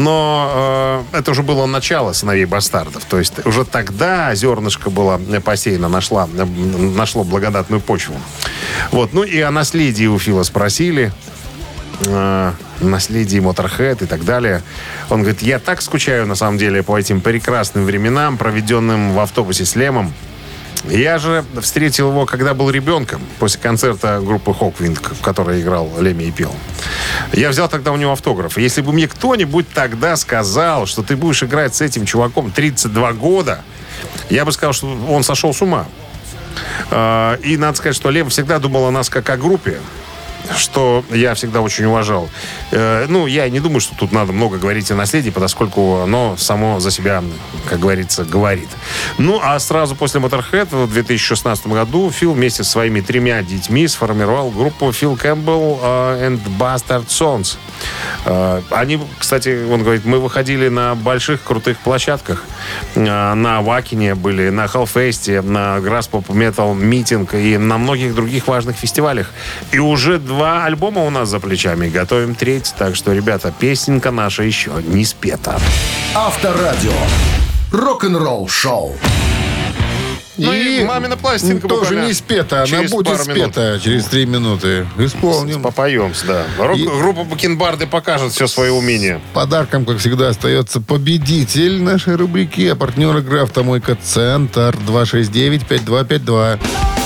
Но э, это уже было начало «Сыновей бастардов». То есть уже тогда зернышко было посеяно, нашла, нашло благодатную почву. Вот. Ну и о наследии у Фила спросили. Э, наследии Motorhead и так далее. Он говорит, я так скучаю, на самом деле, по этим прекрасным временам, проведенным в автобусе с Лемом. Я же встретил его, когда был ребенком, после концерта группы Hawkwind, в которой играл Леми и пел. Я взял тогда у него автограф. Если бы мне кто-нибудь тогда сказал, что ты будешь играть с этим чуваком тридцать два года, я бы сказал, что он сошел с ума. И надо сказать, что Лем всегда думал о нас как о группе, что я всегда очень уважал. Э, ну, я не думаю, что тут надо много говорить о наследии, поскольку оно само за себя, как говорится, говорит. Ну, а сразу после Motorhead в две тысячи шестнадцатом году Фил вместе со своими тремя детьми сформировал группу Фил Кэмпбелл and Bastard Sons. Э, они, кстати, он говорит, мы выходили на больших крутых площадках. Э, на Вакине были, на Hellfest, на Grass Pop Metal Meeting и на многих других важных фестивалях. И уже два альбома у нас за плечами. Готовим третий. Так что, ребята, песенка наша еще не спета. Авторадио. Рок-н-ролл шоу. Ну и «Мамина пластинка» тоже буквально не спета, она через будет пару минут. спета через три минуты. Исполним. Попоемся, да. Рок- И- Группа Бакенбарды покажет все свое умение. Подарком, как всегда, остается победитель нашей рубрики, а партнер игры «Автомойка Центр» два шесть девять пять два пять два.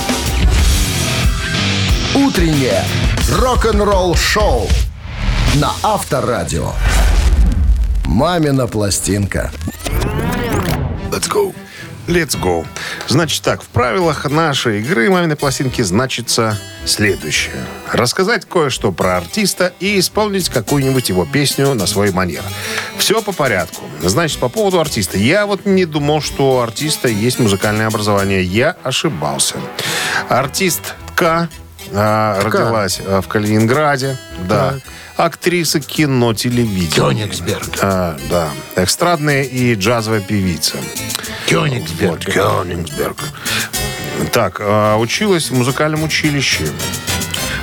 Утреннее рок-н-ролл шоу на Авторадио. «Мамина пластинка». Let's go. Let's go. Значит так, в правилах нашей игры «Маминой пластинки» значится следующее. Рассказать кое-что про артиста и исполнить какую-нибудь его песню на свой манер. Все по порядку. Значит, по поводу артиста. Я вот не думал, что у артиста есть музыкальное образование. Я ошибался. Артистка а, родилась а, в Калининграде. Да. Так. Актриса кино, телевидения. Кёнигсберг. А, да. Эстрадная и джазовая певица. Кёнигсберг. Вот, Кёнигсберг. Так, а, училась в музыкальном училище.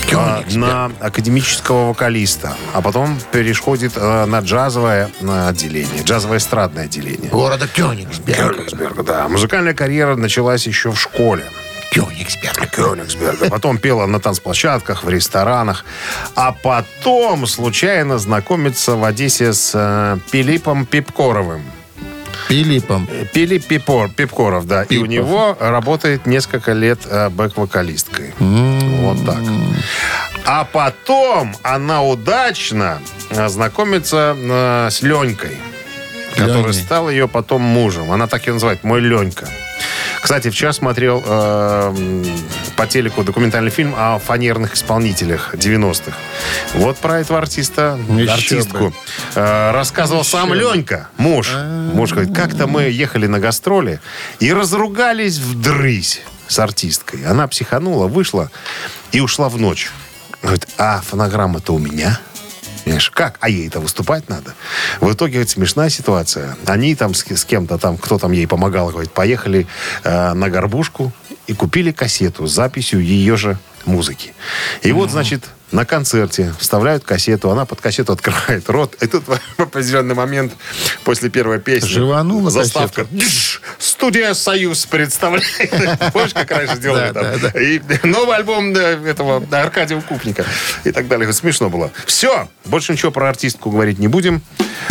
а, на академического вокалиста, а потом переходит а, на джазовое на отделение, джазовое эстрадное отделение. Города Кёнигсберг. Кёнигсберга, да. Музыкальная карьера началась еще в школе. Кёнигсберг. Кёнигсберга. Потом пела на танцплощадках, в ресторанах. А потом случайно знакомится в Одессе с э, Пилиппом Пипкоровым. Пилиппом. Пилип Пипор, Пипкоров, да. Пипов. И у него работает несколько лет э, бэк-вокалисткой. Mm-hmm. Вот так. А потом она удачно э, знакомится э, с Ленькой, который Леней. стал ее потом мужем. Она так ее называет, мой Ленька. Кстати, вчера смотрел э, по телеку документальный фильм о фанерных исполнителях девяностых. Вот про этого артиста, Еще артистку, бы. э, рассказывал Еще сам бы. Ленька, муж. Муж говорит, как-то мы ехали на гастроли и разругались вдрызь с артисткой. Она психанула, вышла и ушла в ночь. Говорит, а фонограмма-то у меня? Понимаешь, как? А ей-то выступать надо. В итоге, говорит, смешная ситуация. Они там с, с кем-то там, кто там ей помогал, говорит, поехали э, на горбушку и купили кассету с записью ее же музыки. И mm-hmm. вот, значит, на концерте вставляют кассету, она под кассету открывает рот. И тут в определенный момент после первой песни Живанула заставка. Дж, студия «Союз» представляет. Помнишь, как раньше делали там? И новый альбом этого Аркадия Укупника. И так далее. Смешно было. Все. Больше ничего про артистку говорить не будем.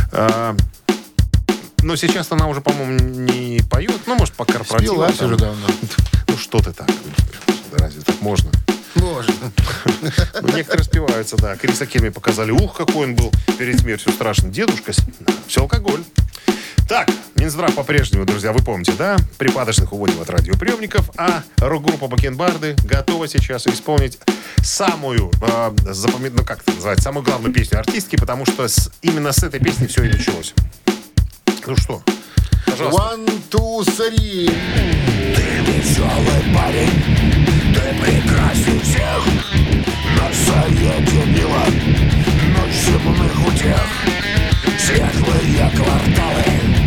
Но сейчас она уже, по-моему, не поет. Ну, может, по корпоративу. Спилась уже давно. Ну, что ты так? Разве так можно? Можно. Ну, некоторые спиваются, да. Криса Кеми показали. Ух, какой он был перед смертью страшный. Дедушка. Все алкоголь. Так, Минздрав по-прежнему, друзья, вы помните, да? Припадочных уводим от радиоприемников, а рок-группа Бакенбарды готова сейчас исполнить самую, э, запомни... ну как это называется, самую главную песню артистки, потому что с... именно с этой песни все и началось. Ну что, пожалуйста. One, two, three. Ты веселый парень, ты прекрасней всех. На совете мило, ночь земных утех. Светлые кварталы,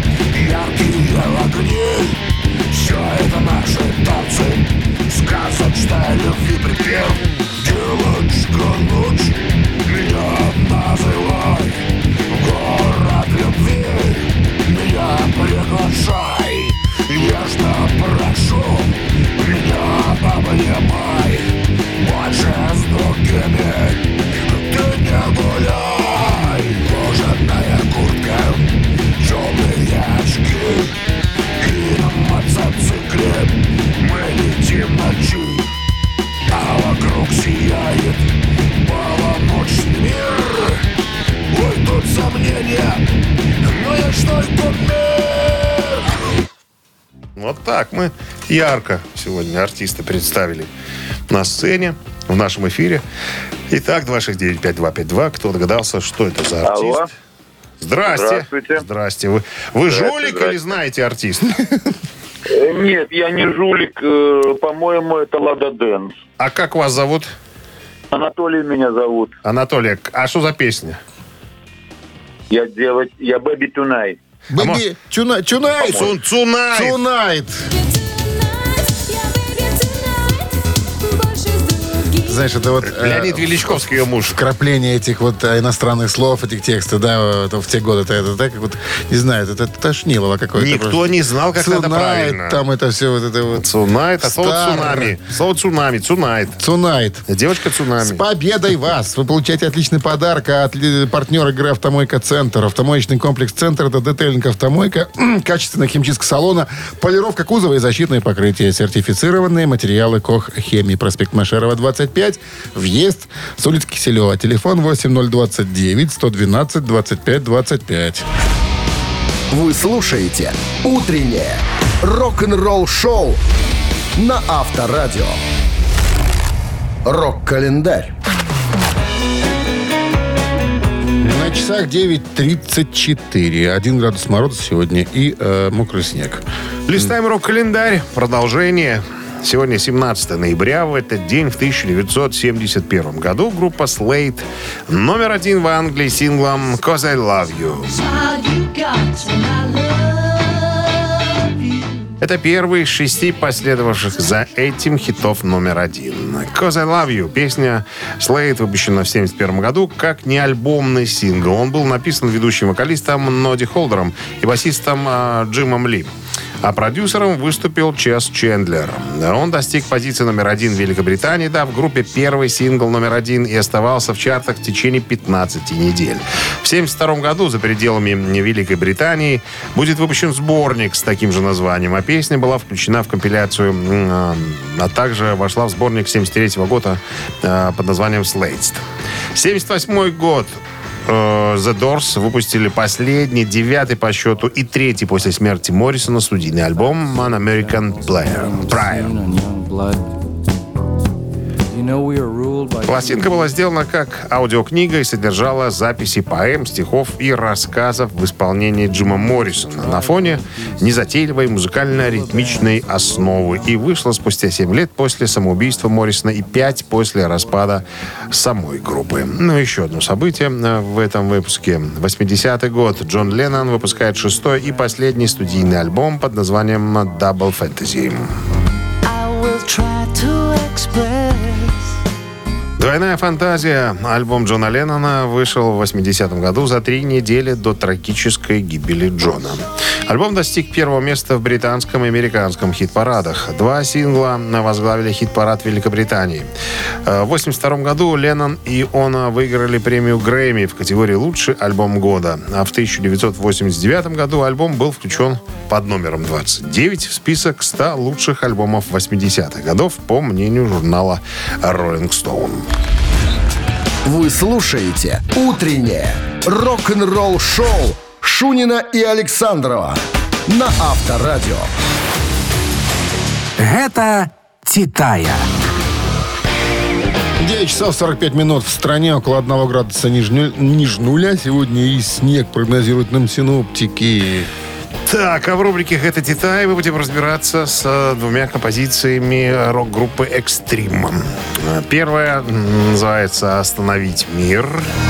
яркие огни. Все это наши танцы, сказочной любви припев. Девочка, луч, меня называй. В город любви меня приглашай. Нежно прошу, меня обнимай. Больше с другими ты не гуляй. Кожаная куртка, темные очки. И на мотоцикле мы летим ночи. А вокруг сияет полуночный мир. Ой, тут сомнения, но я что кумир. Вот так мы ярко сегодня артиста представили на сцене, в нашем эфире. Итак, два шесть девять пять два пять два. Кто догадался, что это за артист? Алло. Здрасте. Здравствуйте. Здрасте. Вы, вы Здрасте, жулик здрасте. или знаете артиста? Э, Нет, я не жулик. э, По-моему, это Лада Дэнс. А как вас зовут? Анатолий меня зовут. Анатолий. А что за песня? Я делать, я Baby Tonight. Бэби, тюнайт. Тюнайт. Цун- Цунайт. Тюнайт. Знаешь, это вот... э, Леонид Величковский, ее муж. Вкрапление этих вот э, иностранных слов, этих текстов, да, вот, в те годы, это, это так вот, не знаю, это, это тошнилово какое-то. Никто просто. не знал, как надо Цунайт, правильно. там это все вот это вот. Цунайт, а слово Стар. цунами. Слово цунами, цунайт. Цунайт. Девочка цунами. С победой вас! Вы получаете отличный подарок от ли- партнера игры «Автомойка Центр». Автомоечный комплекс «Центр» — это детейлинг «Автомойка», качественная химчистка салона, полировка кузова и защитное покрытие, сертифицированные материалы «Кох Хемии». Проспект Машерова, двадцать пять. Въезд с улицы Киселева. Телефон восемь ноль двадцать девять сто двенадцать двадцать пять двадцать пять. Вы слушаете «Утреннее рок-н-ролл-шоу» на Авторадио. Рок-календарь. На часах девять тридцать четыре. Один градус мороза сегодня и э, мокрый снег. Листаем рок-календарь. Продолжение. Сегодня семнадцатое ноября. В этот день, в тысяча девятьсот семьдесят первом году, группа Slade номер один в Англии синглом «Cause I Love You». Это первый из шести последовавших за этим хитов номер один. «Cause I Love You» — песня Slade, выпущена в семьдесят первом году как неальбомный сингл. Он был написан ведущим вокалистом Ноди Холдером и басистом э, Джимом Ли. А продюсером выступил Чес Чендлер. Он достиг позиции номер один в Великобритании, дав группе первый сингл номер один и оставался в чартах в течение пятнадцати недель. В семьдесят втором году за пределами Великой Британии будет выпущен сборник с таким же названием, а песня была включена в компиляцию, а также вошла в сборник семьдесят третьего года под названием «Slade». семьдесят восьмой год. The Doors выпустили последний, девятый по счету и третий после смерти Моррисона студийный альбом «An American Player». Пластинка была сделана как аудиокнига и содержала записи поэм, стихов и рассказов в исполнении Джима Моррисона на фоне незатейливой музыкально-ритмичной основы и вышла спустя семь лет после самоубийства Моррисона и пять после распада самой группы. Ну, еще одно событие в этом выпуске. восьмидесятый год. Джон Леннон выпускает шестой и последний студийный альбом под названием «Double Fantasy». «Двойная фантазия». Альбом Джона Леннона вышел в восьмидесятом году за три недели до трагической гибели Джона. Альбом достиг первого места в британском и американском хит-парадах. Два сингла возглавили хит-парад Великобритании. В восемьдесят втором году Леннон и Она выиграли премию Грэмми в категории «Лучший альбом года». А в тысяча девятьсот восемьдесят девятом году альбом был включен под номером двадцать девять в список ста лучших альбомов восьмидесятых годов, по мнению журнала Rolling Stone. Вы слушаете «Утреннее рок-н-ролл-шоу» Шунина и Александрова на Авторадио. Гэта «Титая». девять часов сорок пять минут. В стране около одного градуса ниже, ниже нуля. Сегодня и снег прогнозируют нам синоптики. Так, а в рубрике «Это Титай» мы будем разбираться с двумя композициями рок-группы «Экстрим». Первая называется «Остановить мир».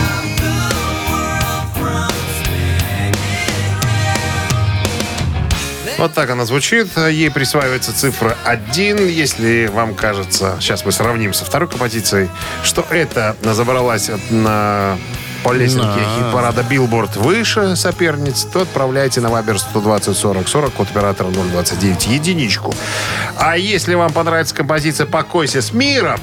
Вот так она звучит. Ей присваивается цифра один. Если вам кажется, сейчас мы сравним со второй композицией, что это забралась на... по лесенке хит-парада Billboard выше соперниц, то отправляйте на Вайбер сто двадцать сорок сорок, код оператора ноль двадцать девять, единичку. А если вам понравится композиция «Покойся с миром»,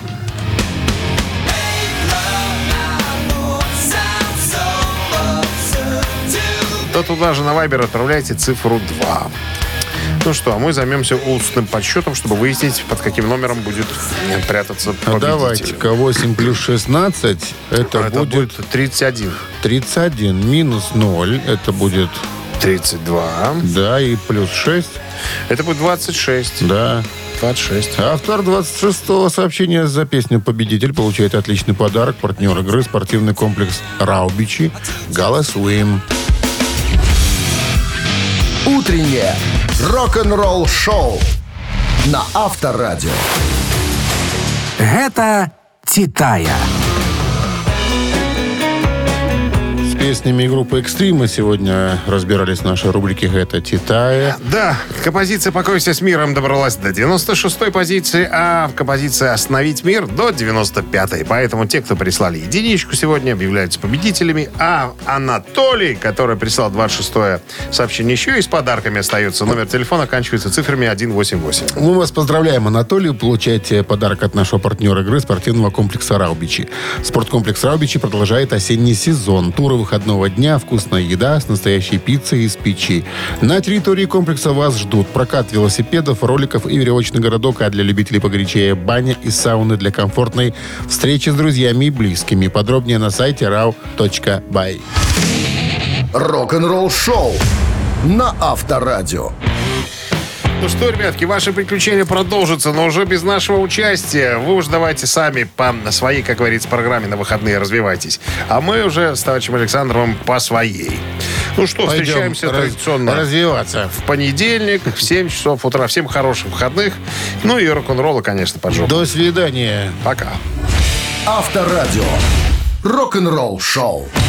то туда же на Вайбер отправляйте цифру два. Ну что, а мы займемся устным подсчетом, чтобы выяснить, под каким номером будет прятаться победитель. Давайте-ка восемь плюс шестнадцать, это, это будет... будет тридцать один. тридцать один минус ноль, это будет... тридцать два. Да, и плюс шесть. Это будет двадцать шесть. Да. двадцать шесть. Автор двадцать шестого сообщения за песню «Победитель» получает отличный подарок. Партнер игры — спортивный комплекс «Раубичи» «Гала Суим». Утреннее рок-н-ролл-шоу на Авторадио. Гэта «Титая». С песнями группы «Экстрима» сегодня разбирались в нашей рубрике «Это Титая». Да, композиция «Покойся с миром» добралась до девяносто шестой позиции, а композиция «Остановить мир» до девяносто пятой. Поэтому те, кто прислали единичку сегодня, объявляются победителями. А Анатолий, который прислал двадцать шестое сообщение, еще и с подарками остается. Номер телефона оканчивается цифрами сто восемьдесят восемь. Мы вас поздравляем, Анатолий. Получаете подарок от нашего партнера игры — спортивного комплекса «Раубичи». Спорткомплекс «Раубичи» продолжает осенний сезон. Туры выходного дня, вкусная еда с настоящей пиццей из печи. На территории комплекса вас ждут прокат велосипедов, роликов и веревочный городок, а для любителей погорячее — баня и сауны для комфортной встречи с друзьями и близкими. Подробнее на сайте рау точка бай. Рок-н-ролл-шоу на Авторадио. Ну что, ребятки, ваши приключения продолжатся, но уже без нашего участия. Вы уж давайте сами по своей, как говорится, программе на выходные развивайтесь. А мы уже с товарищем Александровым по своей. Ну что, Пойдем встречаемся раз- традиционно развиваться. в понедельник в семь часов утра. Всем хороших выходных. Ну и рок-н-ролла, конечно, поджог. До свидания. Пока. Авторадио. Рок-н-ролл-шоу.